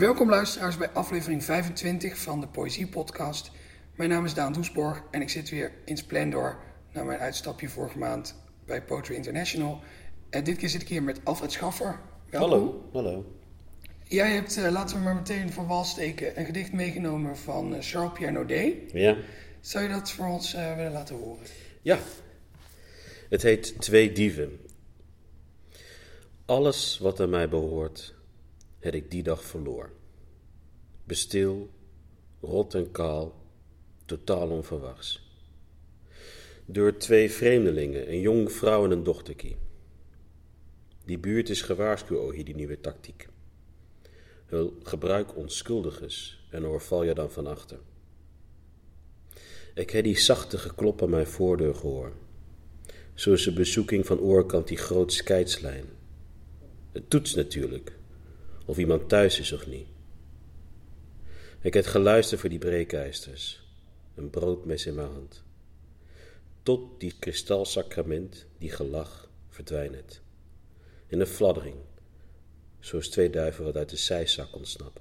Welkom luisteraars bij aflevering 25 van de Poëzie-podcast. Mijn naam is Daan Doesborg en ik zit weer in Splendor na mijn uitstapje vorige maand bij Poetry International. En dit keer zit ik hier met Alfred Schaffer. Welkom. Hallo. Jij hebt, laten we maar meteen van wal steken, een gedicht meegenomen van Charles-Pierre Naudet. Ja. Zou je dat voor ons willen laten horen? Ja. Het heet Twee dieven. Alles wat aan mij behoort, heb ik die dag verloor. Bestil, rot en kaal, totaal onverwachts. Door twee vreemdelingen, een jong vrouw en een dochterkie. Die buurt is gewaarschuwd over die nieuwe tactiek. Hun gebruik onschuldig is en overval je dan van achter. Ik heb die zachte geklop aan mijn voordeur gehoord. Zoals een bezoeking van oorkant die groot scheidslijn. Het toets natuurlijk, of iemand thuis is of niet. Ik heb geluisterd voor die breekijsters, een broodmes in mijn hand. Tot die kristalsacrament, die gelach, verdwijnt. In een fladdering, zoals twee duiven wat uit de zijzak ontsnappen.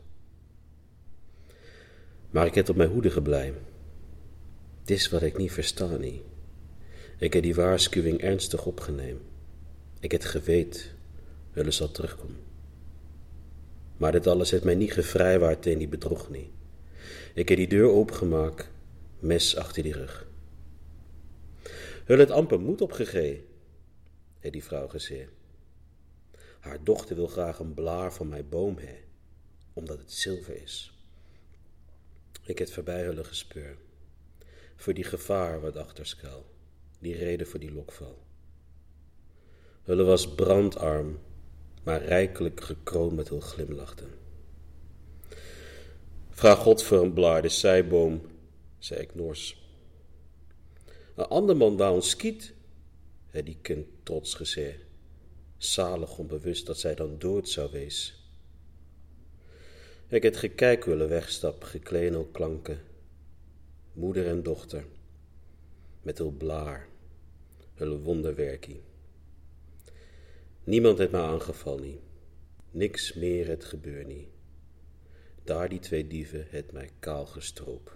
Maar ik heb op mijn hoede gebleven. Dit is wat ik niet versta niet. Ik heb die waarschuwing ernstig opgenomen. Ik heb geweten, hulle zal terugkomen. Maar dit alles heeft mij niet gevrijwaard tegen die bedrog niet. Ik heb die deur opengemaakt, mes achter die rug. Hulle het amper moed opgegeven, heeft die vrouw gezegd. Haar dochter wil graag een blaar van mijn boom hebben, omdat het zilver is. Ik heb voorbij hulle gespeurd, voor die gevaar wat achter schuil, die reden voor die lokval. Hulle was brandarm, maar rijkelijk gekroond met hun glimlachten. Vraag God voor een blaar, de zijboom, zei ik nors. Een ander man wou ons skiet, heeft die kind trots gezegd, zalig onbewust dat zij dan dood zou wees. Ik heb gekijk willen wegstap, gekleen op klanken, moeder en dochter, met hun blaar, hun wonderwerkie. Niemand heeft mij aangevallen, niet. Niks meer het gebeurt niet. Daar die twee dieven het mij kaal gestroop.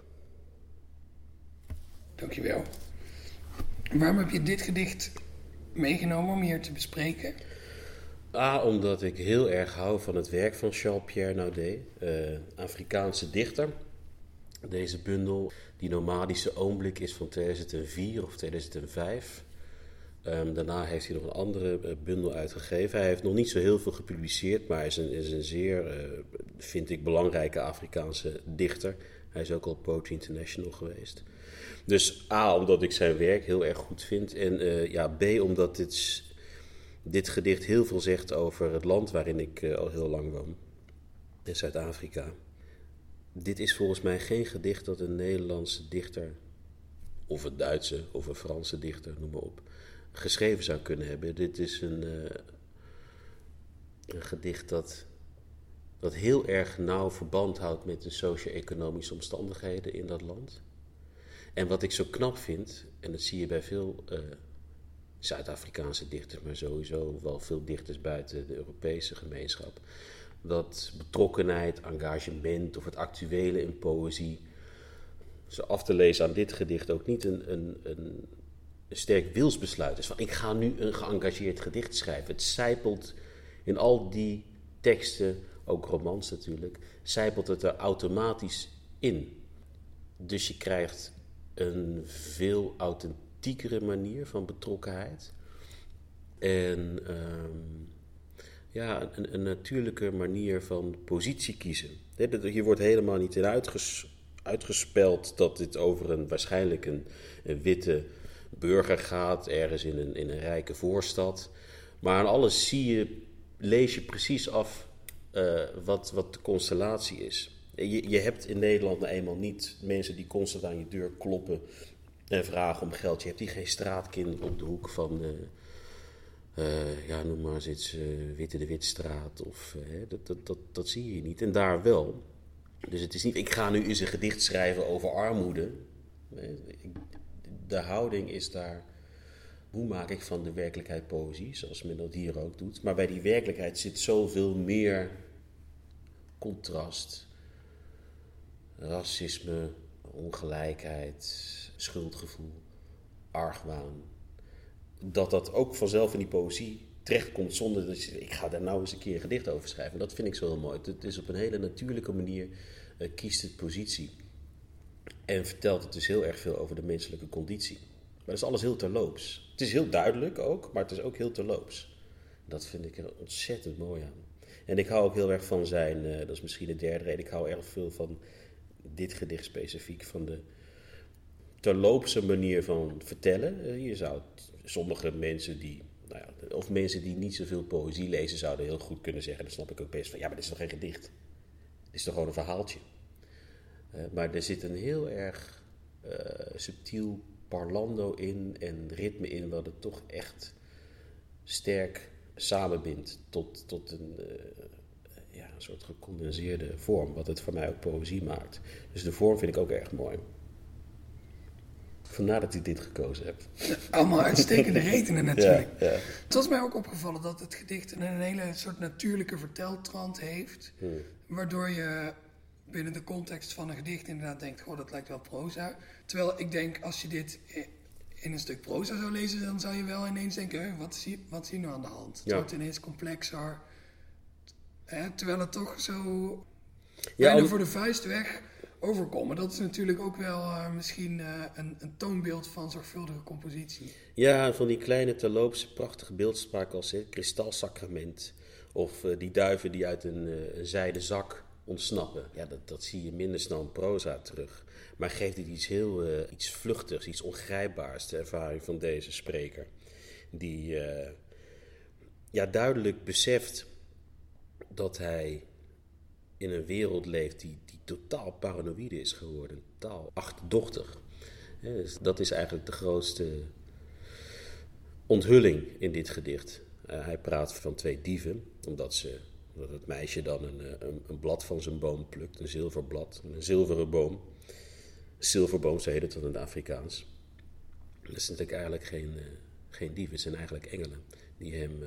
Dankjewel. Waarom heb je dit gedicht meegenomen om hier te bespreken? Omdat ik heel erg hou van het werk van Charles-Pierre Naudet, Afrikaanse dichter. Deze bundel, die nomadische oomblik, is van 2004 of 2005. Daarna heeft hij nog een andere bundel uitgegeven. Hij heeft nog niet zo heel veel gepubliceerd, maar hij is een zeer, vind ik, belangrijke Afrikaanse dichter. Hij is ook al Poetry International geweest. Dus omdat ik zijn werk heel erg goed vind. En B, omdat dit gedicht heel veel zegt over het land waarin ik al heel lang woon. In Zuid-Afrika. Dit is volgens mij geen gedicht dat een Nederlandse dichter, of een Duitse of een Franse dichter, noem maar op, geschreven zou kunnen hebben. Dit is een gedicht dat heel erg nauw verband houdt met de socio-economische omstandigheden in dat land. En wat ik zo knap vind, en dat zie je bij veel Zuid-Afrikaanse dichters, maar sowieso wel veel dichters buiten de Europese gemeenschap, dat betrokkenheid, engagement of het actuele in poëzie, zo af te lezen aan dit gedicht, ook niet een sterk wilsbesluit is. Van, ik ga nu een geëngageerd gedicht schrijven. Het sijpelt in al die teksten, ook romans natuurlijk, sijpelt het er automatisch in. Dus je krijgt een veel authentiekere manier van betrokkenheid. En een natuurlijke manier van positie kiezen. Hier wordt helemaal niet in uitgespeld dat dit over waarschijnlijk een witte burger gaat, ergens in een rijke voorstad. Maar aan alles lees je precies af wat de constellatie is. Je hebt in Nederland nou eenmaal niet mensen die constant aan je deur kloppen en vragen om geld. Je hebt hier geen straatkind op de hoek van, noem maar eens iets, Witte de Witstraat. Dat zie je niet. En daar wel. Dus het is niet, ik ga nu eens een gedicht schrijven over armoede. De houding is daar, hoe maak ik van de werkelijkheid poëzie, zoals men dat hier ook doet. Maar bij die werkelijkheid zit zoveel meer contrast, racisme, ongelijkheid, schuldgevoel, argwaan. Dat ook vanzelf in die poëzie terechtkomt zonder dat je ik ga daar nou eens een keer een gedicht over schrijven. Dat vind ik zo heel mooi. Het is op een hele natuurlijke manier kiest het positie. En vertelt het dus heel erg veel over de menselijke conditie. Maar dat is alles heel terloops. Het is heel duidelijk ook, maar het is ook heel terloops. Dat vind ik er ontzettend mooi aan. En ik hou ook heel erg van zijn, dat is misschien de derde reden, ik hou erg veel van dit gedicht specifiek, van de terloopse manier van vertellen. Je zou sommige mensen of mensen die niet zoveel poëzie lezen, zouden heel goed kunnen zeggen, dat snap ik ook best, van ja, maar dit is toch geen gedicht? Dit is toch gewoon een verhaaltje? Maar er zit een heel erg subtiel parlando in en ritme in, wat het toch echt sterk samenbindt tot een soort gecondenseerde vorm, wat het voor mij ook poëzie maakt. Dus de vorm vind ik ook erg mooi. Vandaar dat ik dit gekozen heb. Allemaal uitstekende redenen natuurlijk. Ja. Het was mij ook opgevallen dat het gedicht een hele soort natuurlijke verteltrand heeft, waardoor je binnen de context van een gedicht inderdaad denkt, goh, dat lijkt wel proza. Terwijl ik denk, als je dit in een stuk proza zou lezen, dan zou je wel ineens denken, wat is hier nou aan de hand? Het wordt ineens complexer. Terwijl het toch zo bijna voor de vuist weg overkomen. Dat is natuurlijk ook wel misschien een toonbeeld van zorgvuldige compositie. Ja, van die kleine terloopse prachtige beeldspraak als kristalsacrament. Of die duiven die uit een zijden zak ontsnappen. Ja, dat zie je minder snel in proza terug. Maar geeft het iets vluchtigs, iets ongrijpbaars, de ervaring van deze spreker. Die duidelijk beseft dat hij in een wereld leeft die totaal paranoïde is geworden. Totaal achterdochtig. Dus dat is eigenlijk de grootste onthulling in dit gedicht. Hij praat van 2 dieven, omdat het meisje dan een blad van zijn boom plukt, een zilverblad, een zilveren boom. Zilverboom, zo heet het dan in het Afrikaans. Dat is natuurlijk eigenlijk geen dieven, het zijn eigenlijk engelen die hem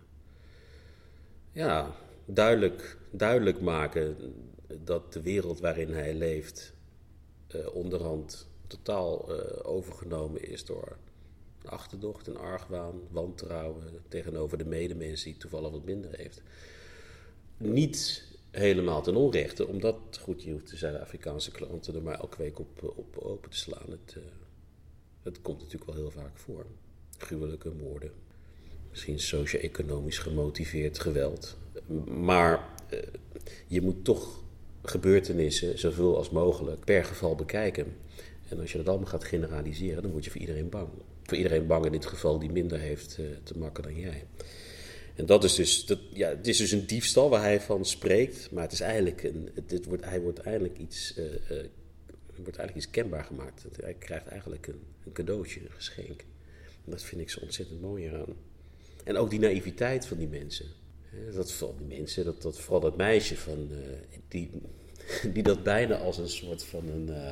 duidelijk maken dat de wereld waarin hij leeft onderhand totaal overgenomen is door achterdocht en argwaan, wantrouwen tegenover de medemens die toevallig wat minder heeft. Niet helemaal ten onrechte, omdat, goed, je hoeft de Zuid-Afrikaanse klanten er maar elke week op open te slaan. Het komt natuurlijk wel heel vaak voor. Gruwelijke moorden, misschien socio-economisch gemotiveerd geweld. Maar je moet toch gebeurtenissen zoveel als mogelijk per geval bekijken. En als je dat allemaal gaat generaliseren, dan word je voor iedereen bang. Voor iedereen bang in dit geval die minder heeft te makken dan jij. En dat is dus, het is dus een diefstal waar hij van spreekt, maar het is eigenlijk hij wordt eigenlijk iets kenbaar gemaakt. Hij krijgt eigenlijk een cadeautje, een geschenk. En dat vind ik zo ontzettend mooi eraan. En ook die naïviteit van die mensen. Vooral dat meisje van die dat bijna als een soort van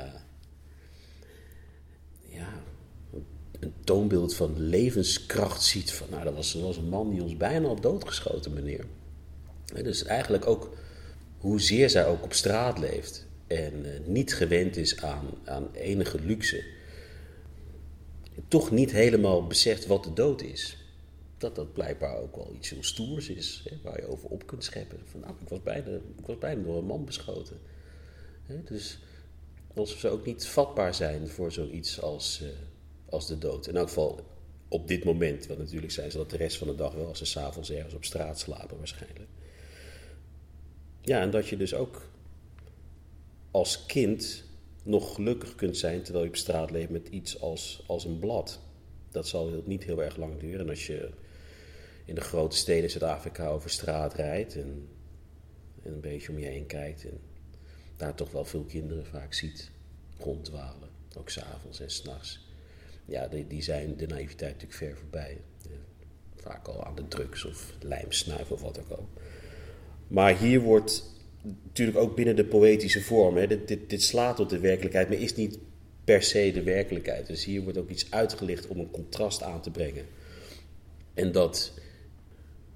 een toonbeeld van levenskracht ziet. Van, nou, dat was een man die ons bijna had doodgeschoten, meneer. Dus eigenlijk ook hoezeer zij ook op straat leeft en niet gewend is aan enige luxe. Toch niet helemaal beseft wat de dood is. Dat blijkbaar ook wel iets heel stoers is, hè, waar je over op kunt scheppen. Van, nou, ik was bijna door een man beschoten. Dus alsof ze ook niet vatbaar zijn voor zoiets als de dood. In elk geval op dit moment, want natuurlijk zijn ze dat de rest van de dag wel, als ze 's avonds ergens op straat slapen waarschijnlijk. Ja, en dat je dus ook als kind nog gelukkig kunt zijn terwijl je op straat leeft met iets als een blad. Dat zal niet heel erg lang duren. En als je in de grote steden in Zuid-Afrika over straat rijdt en een beetje om je heen kijkt en daar toch wel veel kinderen vaak ziet ronddwalen, ook 's avonds en 's nachts. Ja, die zijn de naïviteit natuurlijk ver voorbij. Vaak al aan de drugs of lijmsnuif of wat ook. Maar hier wordt natuurlijk ook binnen de poëtische vorm, hè, dit slaat op de werkelijkheid, maar is niet per se de werkelijkheid. Dus hier wordt ook iets uitgelicht om een contrast aan te brengen. En dat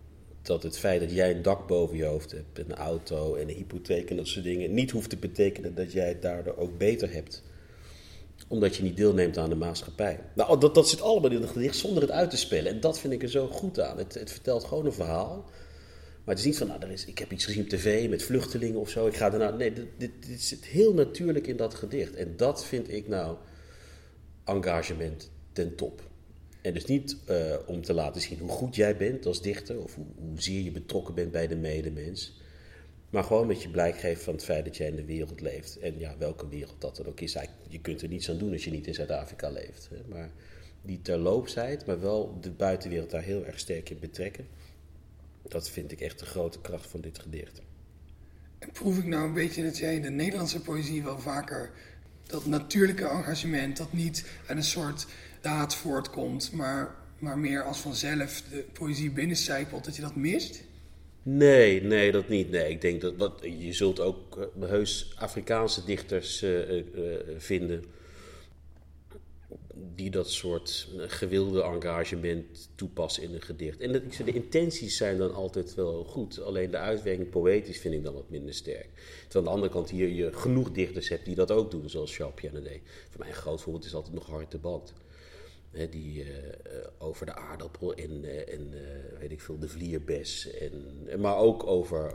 dat het feit dat jij een dak boven je hoofd hebt, een auto en een hypotheek en dat soort dingen, niet hoeft te betekenen dat jij het daardoor ook beter hebt. Omdat je niet deelneemt aan de maatschappij. Nou, dat zit allemaal in het gedicht zonder het uit te spellen. En dat vind ik er zo goed aan. Het vertelt gewoon een verhaal. Maar het is niet van, ik heb iets gezien op tv met vluchtelingen of zo. Ik ga ernaar. Nee, dit zit heel natuurlijk in dat gedicht. En dat vind ik nou engagement ten top. En dus niet om te laten zien hoe goed jij bent als dichter. Of hoezeer je betrokken bent bij de medemens. Maar gewoon dat je blijk geeft van het feit dat jij in de wereld leeft. En ja, welke wereld dat dan ook is. Je kunt er niets aan doen als je niet in Zuid-Afrika leeft. Maar die terloopsheid, maar wel de buitenwereld daar heel erg sterk in betrekken. Dat vind ik echt de grote kracht van dit gedicht. En proef ik nou een beetje dat jij in de Nederlandse poëzie wel vaker dat natuurlijke engagement, dat niet uit een soort daad voortkomt, maar meer als vanzelf de poëzie binnencijpelt, dat je dat mist? Nee, dat niet. Nee, ik denk dat je zult ook heus Afrikaanse dichters vinden die dat soort gewilde engagement toepassen in een gedicht. En de intenties zijn dan altijd wel goed. Alleen de uitwerking poëtisch vind ik dan wat minder sterk. Terwijl aan de andere kant hier je genoeg dichters hebt die dat ook doen, zoals Charles Pianedé. Voor mij een groot voorbeeld is altijd nog Hart de Band. Die over de aardappel en weet ik veel, de vlierbes. Maar ook over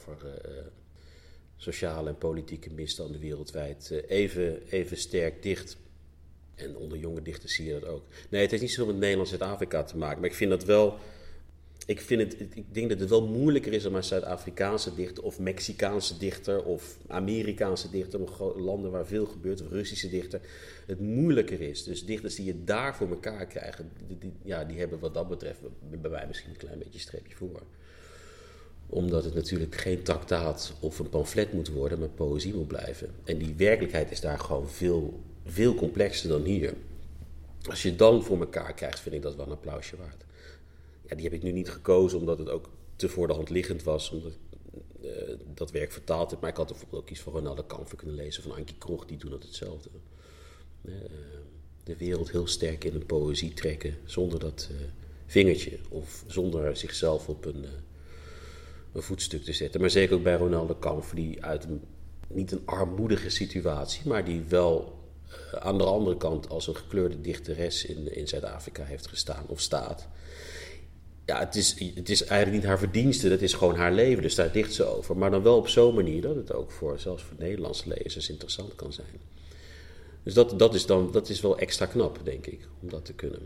sociale en politieke misstanden wereldwijd even sterk dicht. En onder jonge dichters zie je dat ook. Nee, het heeft niet zoveel met Nederland en Zuid-Afrika te maken. Maar ik vind dat wel. Ik denk dat het wel moeilijker is om een Zuid-Afrikaanse dichter of Mexicaanse dichter of Amerikaanse dichter, landen waar veel gebeurt, of Russische dichter, het moeilijker is. Dus dichters die je daar voor elkaar krijgen, die hebben wat dat betreft bij mij misschien een klein beetje streepje voor. Omdat het natuurlijk geen traktaat of een pamflet moet worden, maar poëzie moet blijven. En die werkelijkheid is daar gewoon veel complexer dan hier. Als je het dan voor elkaar krijgt, vind ik dat wel een applausje waard. Ja, die heb ik nu niet gekozen omdat het ook te voor de hand liggend was, omdat dat werk vertaald heb. Maar ik had bijvoorbeeld ook iets van Ronaldo Kamfer kunnen lezen, van Ankie Krog, die doen dat hetzelfde. De wereld heel sterk in een poëzie trekken, zonder dat vingertje, of zonder zichzelf op een voetstuk te zetten. Maar zeker ook bij Ronaldo Kamfer, die uit niet een armoedige situatie, maar die wel aan de andere kant als een gekleurde dichteres in Zuid-Afrika heeft gestaan of staat. Ja, het is eigenlijk niet haar verdienste, dat is gewoon haar leven, dus daar dicht ze over. Maar dan wel op zo'n manier dat het ook zelfs voor Nederlandse lezers interessant kan zijn. Dus dat is wel extra knap, denk ik, om dat te kunnen.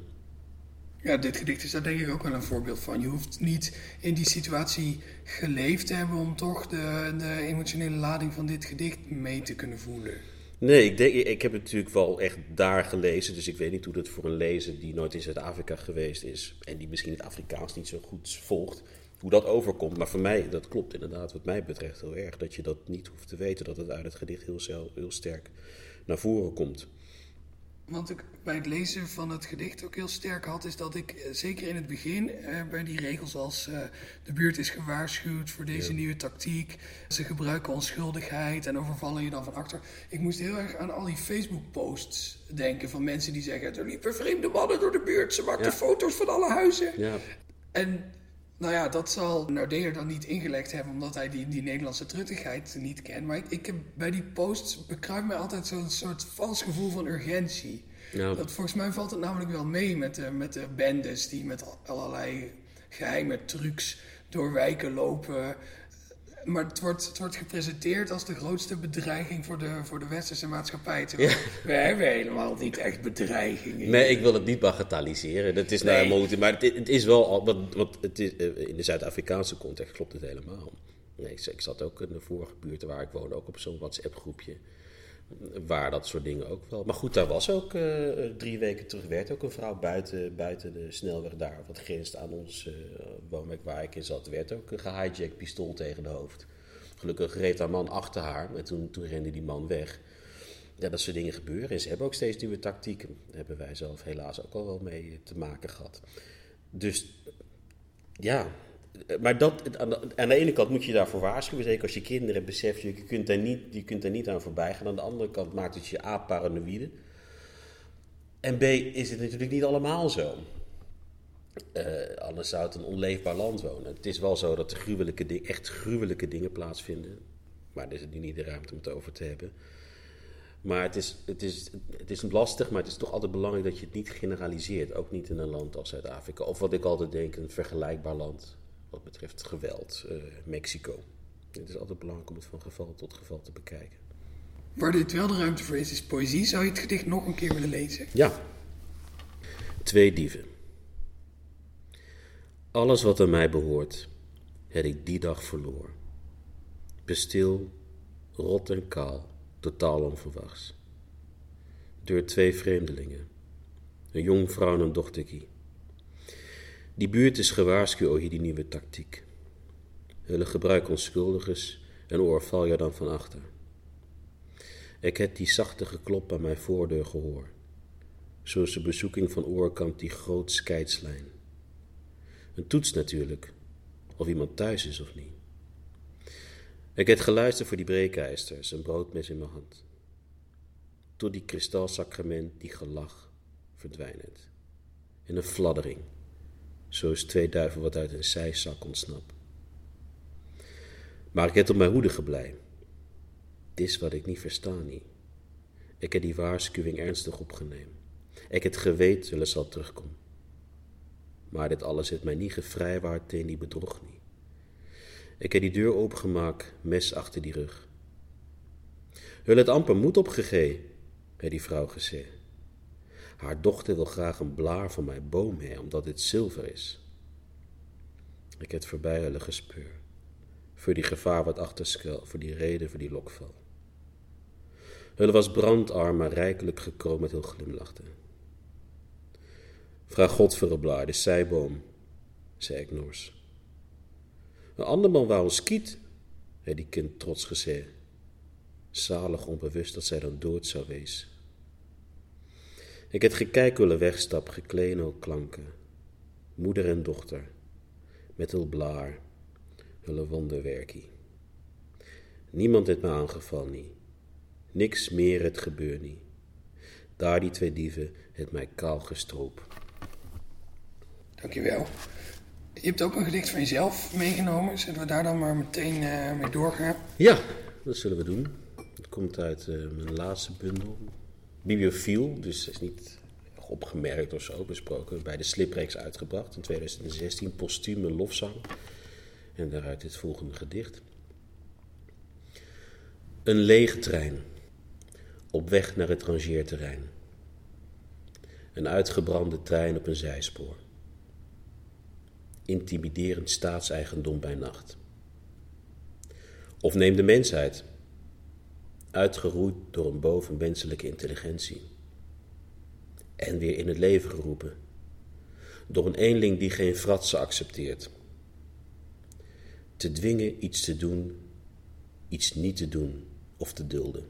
Ja, dit gedicht is daar denk ik ook wel een voorbeeld van. Je hoeft niet in die situatie geleefd te hebben om toch de emotionele lading van dit gedicht mee te kunnen voelen. Nee, ik heb het natuurlijk wel echt daar gelezen, dus ik weet niet hoe dat voor een lezer die nooit in Zuid-Afrika geweest is en die misschien het Afrikaans niet zo goed volgt, hoe dat overkomt. Maar voor mij, dat klopt inderdaad wat mij betreft heel erg, dat je dat niet hoeft te weten, dat het uit het gedicht heel sterk naar voren komt. Wat ik bij het lezen van het gedicht ook heel sterk had, is dat ik zeker in het begin bij die regels als de buurt is gewaarschuwd voor deze nieuwe tactiek, ze gebruiken onschuldigheid en overvallen je dan van achter. Ik moest heel erg aan al die Facebook-posts denken van mensen die zeggen, er liepen vreemde mannen door de buurt, ze maakten foto's van alle huizen. Ja. En nou ja, dat zal Naudeer dan niet ingelegd hebben, omdat hij die Nederlandse truttigheid niet kent. Maar ik heb bij die posts bekruipt mij altijd zo'n soort vals gevoel van urgentie. Ja. Volgens mij valt het namelijk wel mee met de bendes die met allerlei geheime trucs door wijken lopen. Maar het wordt gepresenteerd als de grootste bedreiging voor de westerse maatschappij. Terwijl we hebben helemaal niet echt bedreigingen. Nee, ik wil het niet bagatelliseren. Dat is nou helemaal, maar het is wel, want het is, in de Zuid-Afrikaanse context klopt het helemaal. Nee, ik zat ook in de vorige buurt waar ik woonde, ook op zo'n WhatsApp-groepje. Waar dat soort dingen ook wel. Maar goed, daar was ook 3 weken terug werd ook een vrouw buiten de snelweg daar, wat grenst aan ons woonwijk waar ik in zat, werd ook een gehijacked pistool tegen de hoofd. Gelukkig reed haar man achter haar en toen rende die man weg. Ja, dat soort dingen gebeuren. En ze hebben ook steeds nieuwe tactieken. Daar hebben wij zelf helaas ook al wel mee te maken gehad. Dus ja, maar aan de ene kant moet je daarvoor waarschuwen. Zeker als je kinderen beseft, je kunt daar niet aan voorbij gaan. Aan de andere kant maakt het je A, paranoïde. En B, is het natuurlijk niet allemaal zo. Anders zou het een onleefbaar land wonen. Het is wel zo dat er echt gruwelijke dingen plaatsvinden. Maar er is nu niet de ruimte om het over te hebben. Maar het is lastig, maar het is toch altijd belangrijk dat je het niet generaliseert. Ook niet in een land als Zuid-Afrika. Of wat ik altijd denk, een vergelijkbaar land wat betreft geweld, Mexico. Het is altijd belangrijk om het van geval tot geval te bekijken. Waar dit wel de ruimte voor is poëzie. Zou je het gedicht nog een keer willen lezen? Ja. 2 dieven. Alles wat aan mij behoort, heb ik die dag verloor. Bestil, rot en kaal, totaal onverwachts. Door 2 vreemdelingen, een jong vrouw en een dochterkie. Die buurt is gewaarschuwd over die nieuwe tactiek. Hulle gebruik onschuldigers en oorval je dan van achter. Ik heb die zachte geklop aan mijn voordeur gehoord. Zoals de bezoeking van oorkant die groot scheidslijn. Een toets natuurlijk, of iemand thuis is of niet. Ik heb geluisterd voor die breekijsters, een broodmes in mijn hand. Tot die kristalsacrament, die gelach, verdwijnt. In een fladdering, zoals 2 duiven wat uit een zijzak ontsnapt. Maar ik heb op mijn hoede gebleven. Het is wat ik niet verstaan niet. Ik heb die waarschuwing ernstig opgenomen. Ik heb geweten zullen zal terugkomen. Maar dit alles heeft mij niet gevrijwaard tegen die bedrog niet. Ik heb die deur opengemaakt, mes achter die rug. Hul het amper moed opgegeven, heeft die vrouw gezegd. Haar dochter wil graag een blaar van mijn boom heen, omdat dit zilver is. Ik heb voorbij hulle gespeurd. Voor die gevaar wat achterskuil, voor die reden, voor die lokval. Hulle was brandarm, maar rijkelijk gekroond met heel glimlachte. Vraag God voor een blaar, de zijboom, zei ik nors. Een ander man wou ons skiet, heeft die kind trots gezegd. Zalig onbewust dat zij dan dood zou wezen. Ik heb gekeken hoe hulle wegstap, gekleen al klanken. Moeder en dochter, met hul blaar, hulle wonderwerkie. Niemand heeft me aangevallen, niet. Niks meer, het gebeurt niet. Daar die 2 dieven het mij kaal gestroop. Dankjewel. Je hebt ook een gedicht van jezelf meegenomen. Zullen we daar dan maar meteen mee doorgaan? Ja, dat zullen we doen. Het komt uit mijn laatste bundel. Bibliofiel, dus is niet opgemerkt of zo besproken. Bij de Slipreeks uitgebracht in 2016. Postume lofzang. En daaruit dit volgende gedicht. Een lege trein. Op weg naar het rangeerterrein. Een uitgebrande trein op een zijspoor. Intimiderend staatseigendom bij nacht. Of neem de mensheid, uitgeroeid door een bovenmenselijke intelligentie. En weer in het leven geroepen, door een eenling die geen fratsen accepteert. Te dwingen iets te doen, iets niet te doen of te dulden.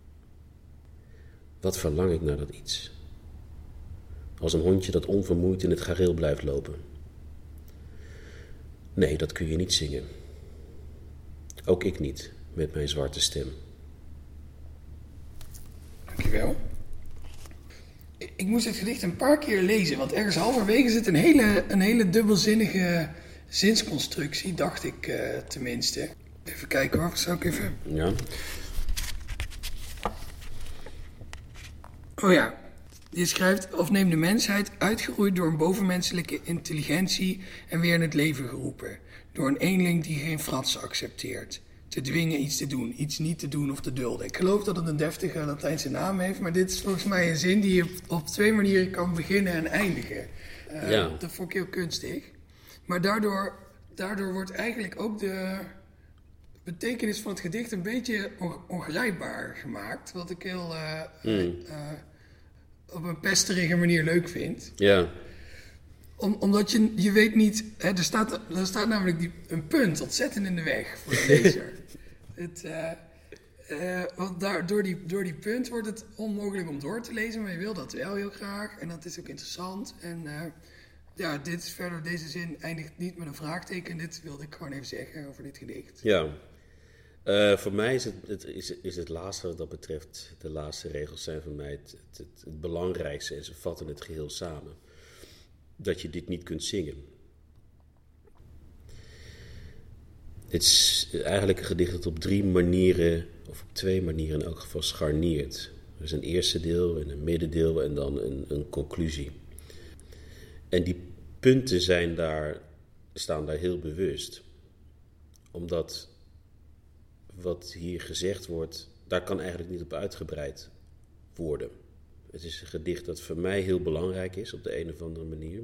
Wat verlang ik naar dat iets? Als een hondje dat onvermoeid in het gareel blijft lopen. Nee, dat kun je niet zingen. Ook ik niet, met mijn zwarte stem. Dankjewel. Ik moest dit gedicht een paar keer lezen, want ergens halverwege zit een hele dubbelzinnige zinsconstructie, dacht ik tenminste. Even kijken hoor, zou ik even... Ja. Oh ja, je schrijft, of neem de mensheid, uitgeroeid door een bovenmenselijke intelligentie en weer in het leven geroepen. Door een eenling die geen fratsen accepteert. Te dwingen iets te doen, iets niet te doen of te dulden. Ik geloof dat het een deftige Latijnse naam heeft, maar dit is volgens mij een zin die je op 2 manieren kan beginnen en eindigen. Ja. Dat vond ik heel kunstig. Maar daardoor wordt eigenlijk ook de betekenis van het gedicht een beetje ongrijpbaar gemaakt. Wat ik heel op een pesterige manier leuk vind. Ja. Omdat je weet niet... Hè, er staat namelijk een punt ontzettend in de weg voor de lezer. Want door die punt wordt het onmogelijk om door te lezen, maar je wil dat wel heel graag. En dat is ook interessant. En deze zin eindigt niet met een vraagteken. Dit wilde ik gewoon even zeggen over dit gedicht. Ja. Voor mij is het laatste wat dat betreft, de laatste regels zijn voor mij het belangrijkste en ze vatten het geheel samen. dat je dit niet kunt zingen. Het is eigenlijk een gedicht dat op 3 manieren, of op 2 manieren in elk geval, scharniert. Er is een eerste deel en een middendeel en dan een conclusie. En die punten staan daar heel bewust. Omdat wat hier gezegd wordt, daar kan eigenlijk niet op uitgebreid worden. Het is een gedicht dat voor mij heel belangrijk is op de een of andere manier.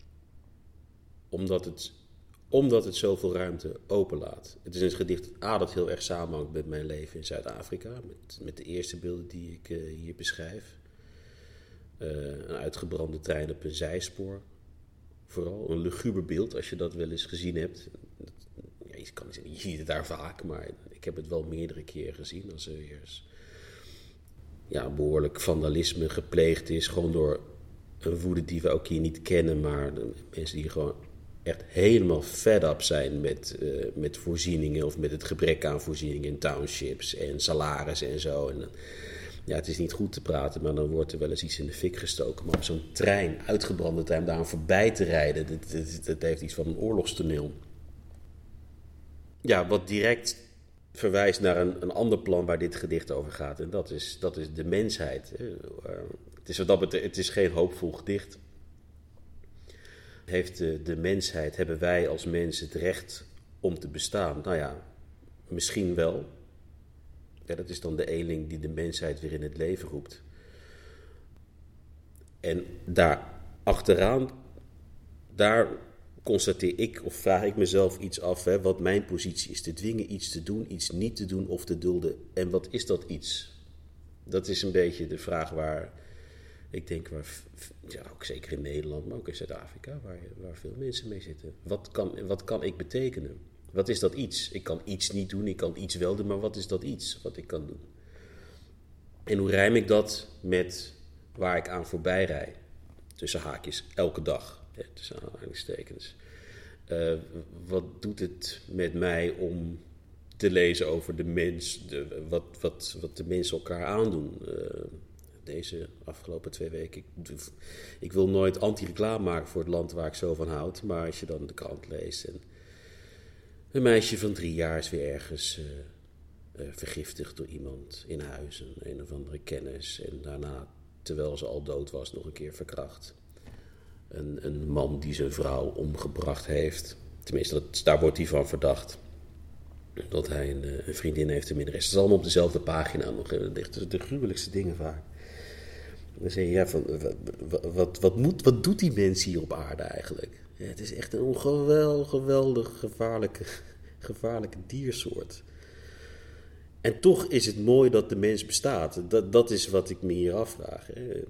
Omdat het zoveel ruimte openlaat. Het is een gedicht dat heel erg samenhangt met mijn leven in Zuid-Afrika. Met de eerste beelden die ik hier beschrijf. Een uitgebrande trein op een zijspoor. Vooral een luguber beeld, als je dat wel eens gezien hebt. Ja, je ziet het daar vaak, maar ik heb het wel meerdere keren gezien. Als er weer eens behoorlijk vandalisme gepleegd is. Gewoon door een woede die we ook hier niet kennen. Maar de mensen die gewoon echt helemaal fed up zijn met voorzieningen. Of met het gebrek aan voorzieningen in townships en salarissen en zo. En het is niet goed te praten, maar dan wordt er wel eens iets in de fik gestoken. Maar op zo'n trein, uitgebrande trein, daar voorbij te rijden, dat heeft iets van een oorlogstoneel. Ja, wat direct verwijst naar een ander plan waar dit gedicht over gaat. En dat is de mensheid. Het is geen hoopvol gedicht. Heeft de mensheid, hebben wij als mens het recht om te bestaan? Nou ja, misschien wel. Ja, dat is dan de eenling die de mensheid weer in het leven roept. En daar achteraan, daar constateer ik of vraag ik mezelf iets af, wat mijn positie is. Te dwingen iets te doen, iets niet te doen of te dulden. En wat is dat iets? Dat is een beetje de vraag waar ik denk, ook zeker in Nederland, maar ook in Zuid-Afrika, waar veel mensen mee zitten. Wat kan ik betekenen? Wat is dat iets? Ik kan iets niet doen, ik kan iets wel doen, maar wat is dat iets wat ik kan doen? En hoe rijm ik dat met waar ik aan voorbij rijd? Tussen haakjes, elke dag, tussen aanhalingstekens. Wat doet het met mij om te lezen over de mens, wat de mensen elkaar aandoen? Deze afgelopen 2 weken. Ik wil nooit anti-reclame maken voor het land waar ik zo van houd, maar als je dan de krant leest en een meisje van 3 jaar is weer ergens vergiftigd door iemand in huis, een of andere kennis. En daarna, terwijl ze al dood was, nog een keer verkracht. Een man die zijn vrouw omgebracht heeft. Tenminste, daar wordt hij van verdacht. Dat hij een vriendin heeft en minnares. Het is allemaal op dezelfde pagina nog. Het de gruwelijkste dingen vaak. Dan zeg je, wat doet die mens hier op aarde eigenlijk? Ja, het is echt een geweldig gevaarlijke diersoort. En toch is het mooi dat de mens bestaat. Dat is wat ik me hier afvraag. Hè.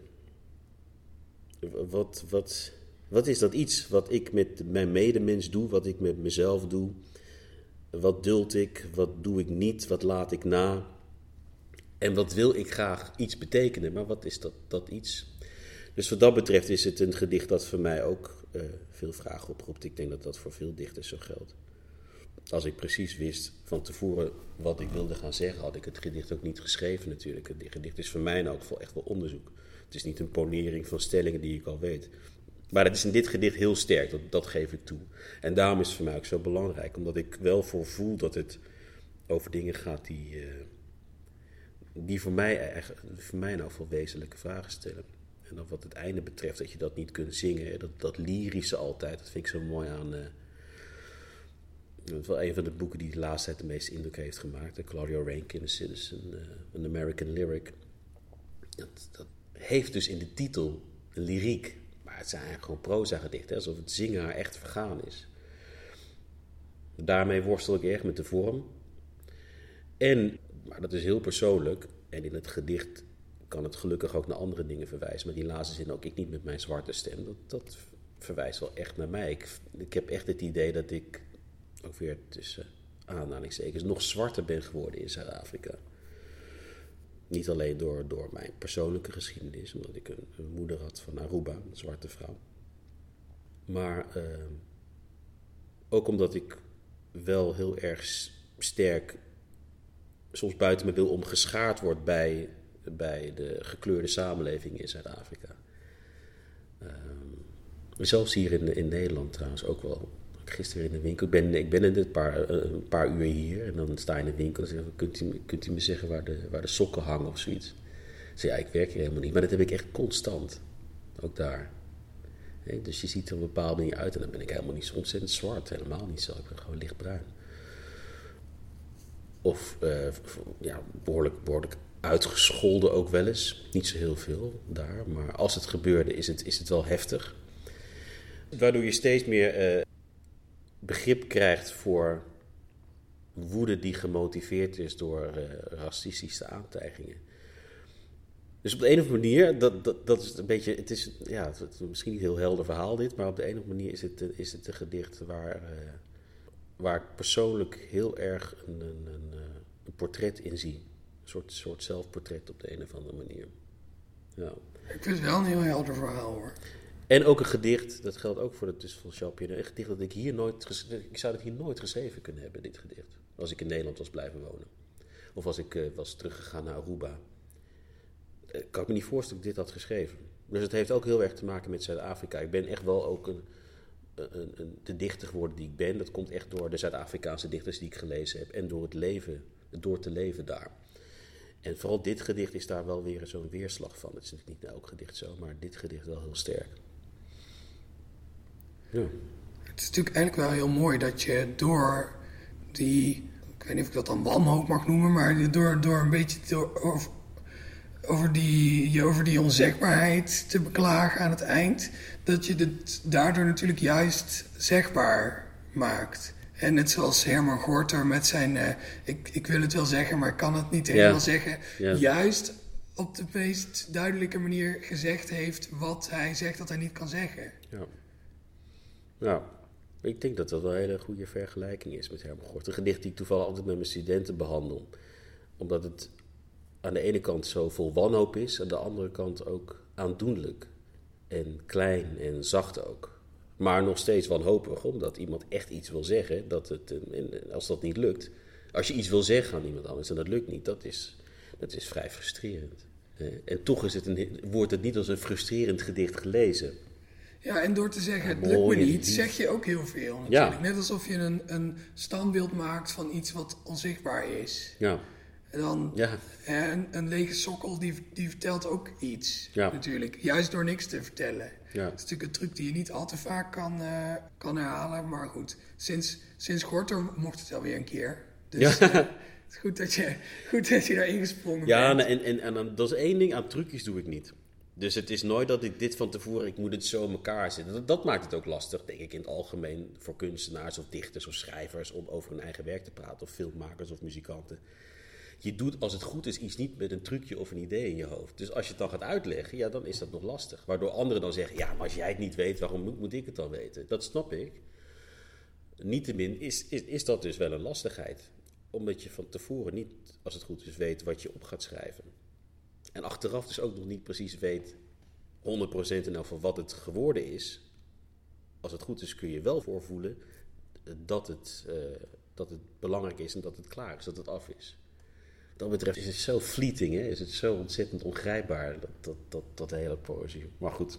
Wat is dat iets wat ik met mijn medemens doe, wat ik met mezelf doe? Wat duld ik, wat doe ik niet, wat laat ik na? En wat wil ik graag iets betekenen, maar wat is dat iets? Dus wat dat betreft is het een gedicht dat voor mij ook veel vragen oproept. Ik denk dat dat voor veel dichters zo geldt. Als ik precies wist van tevoren wat ik wilde gaan zeggen, had ik het gedicht ook niet geschreven natuurlijk. Het gedicht is voor mij in elk geval echt wel onderzoek. Het is niet een ponering van stellingen die ik al weet. Maar het is in dit gedicht heel sterk, dat geef ik toe. En daarom is het voor mij ook zo belangrijk, omdat ik wel voel dat het over dingen gaat die voor mij in elk geval wezenlijke vragen stellen. En dan wat het einde betreft, dat je dat niet kunt zingen, dat lyrische altijd, dat vind ik zo mooi aan. Dat is wel een van de boeken die de laatste tijd de meeste indruk heeft gemaakt. Claudia Rankine, The Citizen, An American Lyric. Dat heeft dus in de titel een lyriek. Maar het zijn eigenlijk gewoon proza-gedichten, alsof het zingen haar echt vergaan is. Daarmee worstel ik erg met de vorm. Maar dat is heel persoonlijk. En in het gedicht kan het gelukkig ook naar andere dingen verwijzen. Maar die laatste zin ook, ik niet met mijn zwarte stem. Dat verwijst wel echt naar mij. Ik heb echt het idee dat ik ook weer tussen aanhalingstekens nog zwarter ben geworden in Zuid-Afrika. Niet alleen door mijn persoonlijke geschiedenis, omdat ik een moeder had van Aruba, een zwarte vrouw. Maar ook omdat ik wel heel erg sterk soms buiten mijn wil om geschaard word bij de gekleurde samenleving in Zuid-Afrika. Zelfs hier in Nederland trouwens ook wel. Gisteren in de winkel. Ik ben in een paar uur hier. En dan sta je in de winkel en zeg ik, kunt u me zeggen waar de sokken hangen of zoiets? Ik zeg, ja, ik werk hier helemaal niet. Maar dat heb ik echt constant. Ook daar. Dus je ziet er op een bepaalde manier uit. En dan ben ik helemaal niet zo ontzettend zwart. Helemaal niet zo. Ik ben gewoon lichtbruin. Of behoorlijk uitgescholden ook wel eens. Niet zo heel veel daar. Maar als het gebeurde is het wel heftig. Waardoor je steeds meer begrip krijgt voor woede die gemotiveerd is door racistische aantijgingen. Dus op de een of andere manier, dat is een beetje, het is misschien niet een heel helder verhaal dit, maar op de een of andere manier is het een gedicht waar ik persoonlijk heel erg een portret in zie. Een soort zelfportret op de een of andere manier. Ja. Ik vind het wel een heel helder verhaal, hoor. En ook een gedicht, dat geldt ook voor het dus van Charles Pierre. Een gedicht dat ik zou het hier nooit geschreven kunnen hebben, dit gedicht. Als ik in Nederland was blijven wonen. Of als ik was teruggegaan naar Aruba. Kan ik me niet voorstellen dat ik dit had geschreven. Dus het heeft ook heel erg te maken met Zuid-Afrika. Ik ben echt wel ook de dichter geworden die ik ben. Dat komt echt door de Zuid-Afrikaanse dichters die ik gelezen heb. En door het door te leven daar. En vooral dit gedicht is daar wel weer zo'n weerslag van. Het is natuurlijk niet elk gedicht zo, maar dit gedicht wel heel sterk. Ja. Het is natuurlijk eigenlijk wel heel mooi dat je door die, ik weet niet of ik dat dan wanhoop mag noemen, maar door een beetje over die onzegbaarheid te beklagen aan het eind, dat je het daardoor natuurlijk juist zegbaar maakt. En net zoals Herman Gorter met zijn, ik wil het wel zeggen, maar ik kan het niet helemaal zeggen, juist op de meest duidelijke manier gezegd heeft wat hij zegt dat hij niet kan zeggen. Ja. Nou, ik denk dat dat wel een hele goede vergelijking is met Herman Gorter. Een gedicht die ik toevallig altijd met mijn studenten behandel. Omdat het aan de ene kant zo vol wanhoop is, aan de andere kant ook aandoenlijk. En klein en zacht ook. Maar nog steeds wanhopig, omdat iemand echt iets wil zeggen. Als dat niet lukt, als je iets wil zeggen aan iemand anders en dat lukt niet, dat is vrij frustrerend. En toch wordt het niet als een frustrerend gedicht gelezen. Ja, en door te zeggen, het lukt me niet, zeg je ook heel veel natuurlijk. Ja. Net alsof je een standbeeld maakt van iets wat onzichtbaar is. Ja. En dan een lege sokkel, die vertelt ook iets natuurlijk. Juist door niks te vertellen. Ja. Dat is natuurlijk een truc die je niet al te vaak kan herhalen. Maar goed, sinds Gorter mocht het alweer een keer. Dus het is goed dat je daarin gesprongen bent. En dat is één ding, aan trucjes doe ik niet. Dus het is nooit dat ik dit van tevoren, ik moet het zo in elkaar zetten. Dat maakt het ook lastig, denk ik, in het algemeen voor kunstenaars of dichters of schrijvers om over hun eigen werk te praten. Of filmmakers of muzikanten. Je doet, als het goed is, iets niet met een trucje of een idee in je hoofd. Dus als je het dan gaat uitleggen, ja, dan is dat nog lastig. Waardoor anderen dan zeggen, ja, maar als jij het niet weet, waarom moet ik het dan weten? Dat snap ik. Niettemin is dat dus wel een lastigheid. Omdat je van tevoren niet, als het goed is, weet wat je op gaat schrijven. En achteraf dus ook nog niet precies weet, 100% in elk van wat het geworden is. Als het goed is kun je wel voorvoelen dat het belangrijk is en dat het klaar is, dat het af is. Wat dat betreft is het zo fleeting, hè? Is het zo ontzettend ongrijpbaar, dat hele poëzie. Maar goed,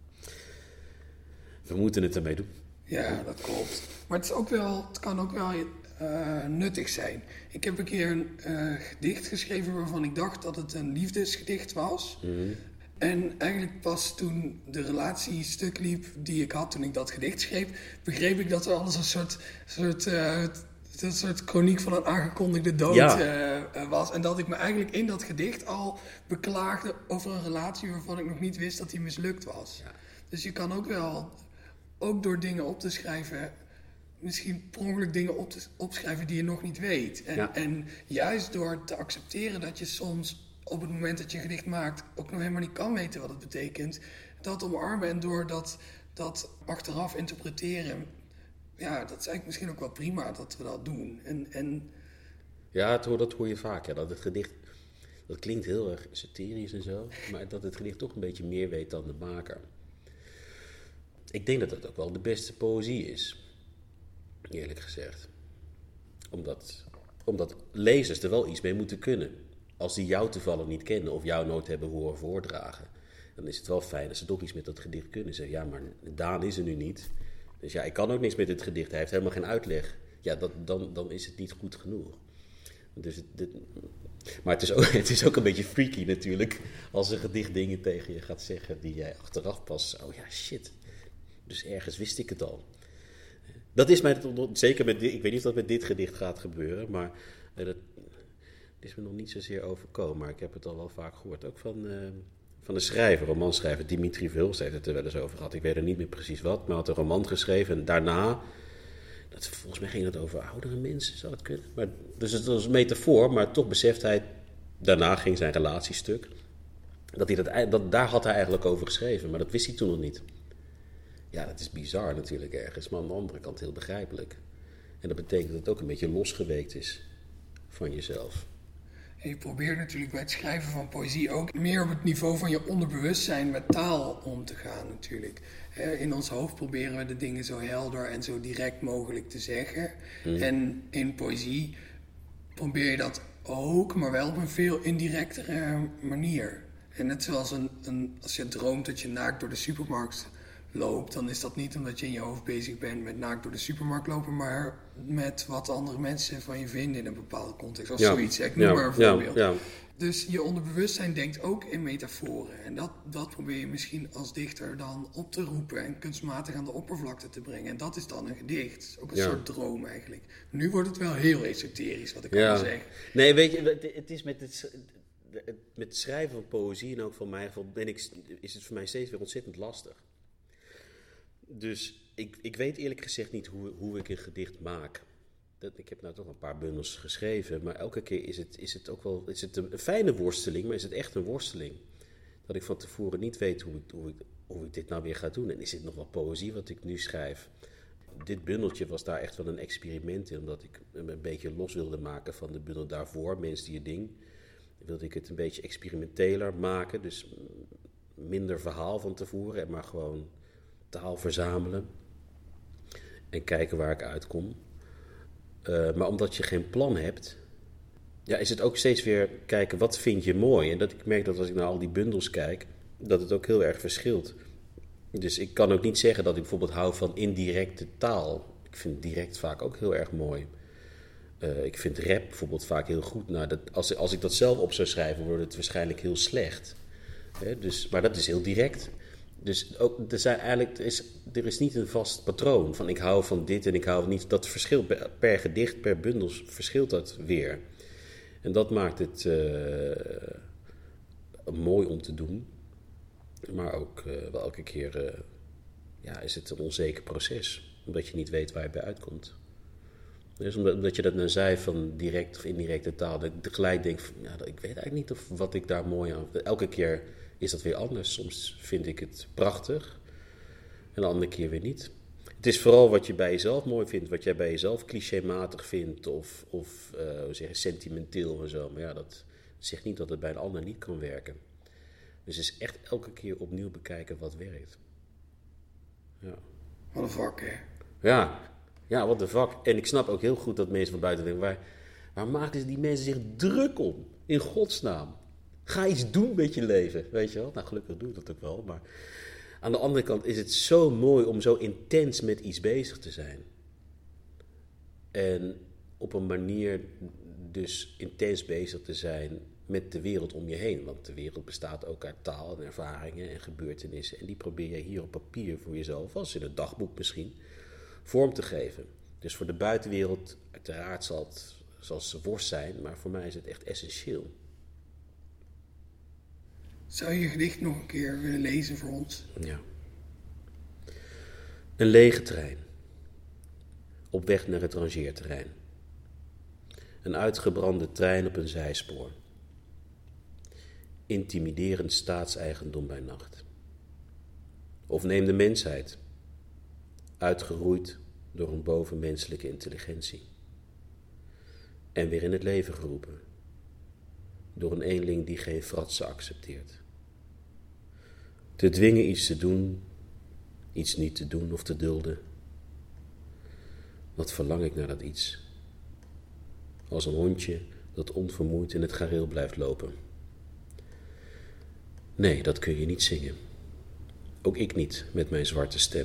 we moeten het ermee doen. Ja, dat klopt. Maar het kan ook wel nuttig zijn. Ik heb een keer een gedicht geschreven waarvan ik dacht dat het een liefdesgedicht was. Mm-hmm. En eigenlijk pas toen de relatie stuk liep die ik had toen ik dat gedicht schreef, begreep ik dat er alles een soort chroniek van een aangekondigde dood was. En dat ik me eigenlijk in dat gedicht al beklaagde over een relatie waarvan ik nog niet wist dat die mislukt was. Ja. Dus je kan ook wel, ook door dingen op te schrijven, misschien per ongeluk dingen opschrijven die je nog niet weet. En juist door te accepteren dat je soms op het moment dat je een gedicht maakt ook nog helemaal niet kan weten wat het betekent, dat omarmen en door dat achteraf interpreteren, ja, dat is eigenlijk misschien ook wel prima dat we dat doen. Ja, dat hoor je vaak. Ja, dat het gedicht, dat klinkt heel erg esoterisch en zo, maar dat het gedicht toch een beetje meer weet dan de maker. Ik denk dat dat ook wel de beste poëzie is, eerlijk gezegd. Omdat lezers er wel iets mee moeten kunnen. Als die jou toevallig niet kennen of jou nooit hebben horen voordragen, dan is het wel fijn als ze toch iets met dat gedicht kunnen. Zeggen, ja, maar Daan is er nu niet. Dus ja, ik kan ook niks met dit gedicht. Hij heeft helemaal geen uitleg. Ja, dan is het niet goed genoeg. Dus maar het is ook een beetje freaky natuurlijk. Als een gedicht dingen tegen je gaat zeggen die jij achteraf pas... Oh ja, shit. Dus ergens wist ik het al. Dat is mij zeker met dit... Ik weet niet of dat met dit gedicht gaat gebeuren. Maar dat is me nog niet zozeer overkomen. Maar ik heb het al wel vaak gehoord. Ook van een schrijver, romanschrijver. Dimitri Vuls heeft het er wel eens over gehad. Ik weet er niet meer precies wat. Maar had een roman geschreven. En daarna... Volgens mij ging het over oudere mensen, zou het kunnen. Maar, dus het was een metafoor, maar toch beseft hij... Daarna ging zijn relatiestuk. Daar had hij eigenlijk over geschreven, maar dat wist hij toen nog niet. Ja, dat is bizar natuurlijk ergens, maar aan de andere kant heel begrijpelijk. En dat betekent dat het ook een beetje losgeweekt is van jezelf. En je probeert natuurlijk bij het schrijven van poëzie ook meer op het niveau van je onderbewustzijn met taal om te gaan natuurlijk. In ons hoofd proberen we de dingen zo helder en zo direct mogelijk te zeggen. En in poëzie probeer je dat ook, maar wel op een veel indirectere manier. En net zoals als je droomt dat je naakt door de supermarkt loopt, dan is dat niet omdat je in je hoofd bezig bent met naakt door de supermarkt lopen, maar met wat andere mensen van je vinden in een bepaalde context. Of zoiets, ik noem maar een voorbeeld. Ja. Dus je onderbewustzijn denkt ook in metaforen. En dat probeer je misschien als dichter dan op te roepen en kunstmatig aan de oppervlakte te brengen. En dat is dan een gedicht. Ook een soort droom eigenlijk. Nu wordt het wel heel esoterisch, wat ik kan zeggen. Nee, weet je, het is met het schrijven van poëzie en ook van mij is het voor mij steeds weer ontzettend lastig. Dus ik weet eerlijk gezegd niet hoe ik een gedicht maak. Ik heb nou toch een paar bundels geschreven, maar elke keer is het ook wel een fijne worsteling, maar is het echt een worsteling. Dat ik van tevoren niet weet hoe ik dit nou weer ga doen. En is het nog wel poëzie wat ik nu schrijf? Dit bundeltje was daar echt wel een experiment in, omdat ik een beetje los wilde maken van de bundel daarvoor, Mens die je ding. Wilde ik het een beetje experimenteler maken, dus minder verhaal van tevoren, maar gewoon taal verzamelen en kijken waar ik uitkom. Maar omdat je geen plan hebt, is het ook steeds weer kijken wat vind je mooi. En dat ik merk dat als ik naar al die bundels kijk, dat het ook heel erg verschilt. Dus ik kan ook niet zeggen dat ik bijvoorbeeld hou van indirecte taal. Ik vind direct vaak ook heel erg mooi. Ik vind rap bijvoorbeeld vaak heel goed. Nou, als ik dat zelf op zou schrijven, wordt het waarschijnlijk heel slecht. Maar dat is heel direct. Dus ook, er is niet een vast patroon van ik hou van dit en ik hou van niet. Dat verschilt per gedicht, per bundels verschilt dat weer. En dat maakt het mooi om te doen. Maar ook wel elke keer is het een onzeker proces. Omdat je niet weet waar je bij uitkomt. Dus omdat je dat nou zei van direct of indirecte taal. Dat ik gelijk denk, ik weet eigenlijk niet of wat ik daar mooi aan... Elke keer is dat weer anders. Soms vind ik het prachtig. En de andere keer weer niet. Het is vooral wat je bij jezelf mooi vindt. Wat jij bij jezelf clichématig vindt. Of sentimenteel en zo. Maar dat zegt niet dat het bij een ander niet kan werken. Dus het is echt elke keer opnieuw bekijken wat werkt. Ja. Wat een vak, hè? Ja, wat een vak. En ik snap ook heel goed dat mensen van buiten denken... Waar maken die mensen zich druk om? In godsnaam. Ga iets doen met je leven, weet je wel. Nou, gelukkig doe ik dat ook wel. Maar aan de andere kant is het zo mooi om zo intens met iets bezig te zijn. En op een manier dus intens bezig te zijn met de wereld om je heen. Want de wereld bestaat ook uit taal en ervaringen en gebeurtenissen. En die probeer je hier op papier voor jezelf, als in het dagboek misschien, vorm te geven. Dus voor de buitenwereld, uiteraard zal het worst zijn, maar voor mij is het echt essentieel. Zou je je gedicht nog een keer willen lezen voor ons? Ja. Een lege trein. Op weg naar het rangeerterrein. Een uitgebrande trein op een zijspoor. Intimiderend staatseigendom bij nacht. Of neem de mensheid. Uitgeroeid door een bovenmenselijke intelligentie. En weer in het leven geroepen. Door een eenling die geen fratsen accepteert. Te dwingen iets te doen, iets niet te doen of te dulden. Wat verlang ik naar dat iets. Als een hondje dat onvermoeid in het gareel blijft lopen. Nee, dat kun je niet zingen. Ook ik niet, met mijn zwarte stem.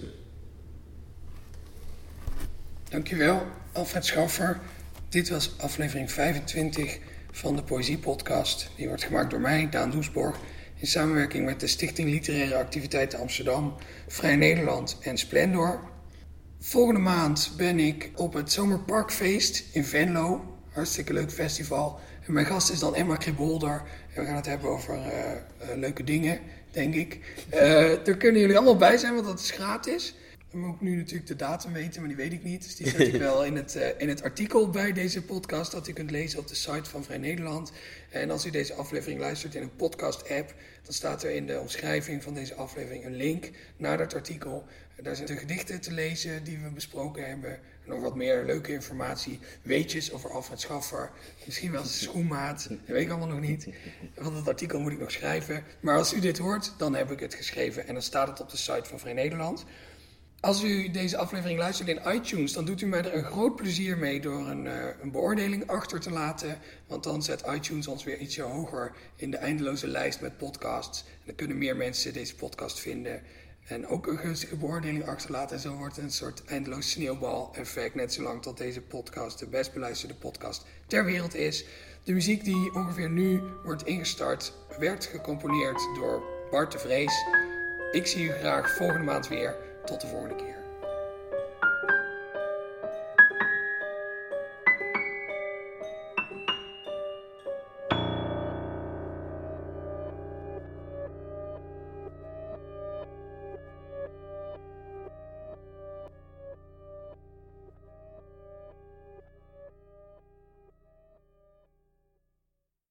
Dankjewel, Alfred Schaffer. Dit was aflevering 25 van de Poëziepodcast. Die wordt gemaakt door mij, Daan Doesborg, in samenwerking met de Stichting Literaire Activiteiten Amsterdam, Vrij Nederland en Splendor. Volgende maand ben ik op het Zomerparkfeest in Venlo. Hartstikke leuk festival. En mijn gast is dan Emma Kribolder. En we gaan het hebben over leuke dingen, denk ik. Daar kunnen jullie allemaal bij zijn, want dat is gratis. Dan moet ik nu natuurlijk de datum weten, maar die weet ik niet. Dus die zet ik wel in het artikel bij deze podcast dat u kunt lezen op de site van Vrij Nederland. En als u deze aflevering luistert in een podcast-app, dan staat er in de omschrijving van deze aflevering een link naar dat artikel. Daar zijn de gedichten te lezen die we besproken hebben. En nog wat meer leuke informatie. Weetjes over Alfred Schaffer. Misschien wel zijn schoenmaat. Dat weet ik allemaal nog niet. Want het artikel moet ik nog schrijven. Maar als u dit hoort, dan heb ik het geschreven. En dan staat het op de site van Vrij Nederland. Als u deze aflevering luistert in iTunes, dan doet u mij er een groot plezier mee door een beoordeling achter te laten. Want dan zet iTunes ons weer ietsje hoger in de eindeloze lijst met podcasts. En dan kunnen meer mensen deze podcast vinden. En ook een gunstige beoordeling achterlaten. En zo wordt het een soort eindeloos sneeuwbal-effect. Net zolang tot deze podcast de best beluisterde podcast ter wereld is. De muziek die ongeveer nu wordt ingestart, werd gecomponeerd door Bart de Vrees. Ik zie u graag volgende maand weer. Tot de volgende keer.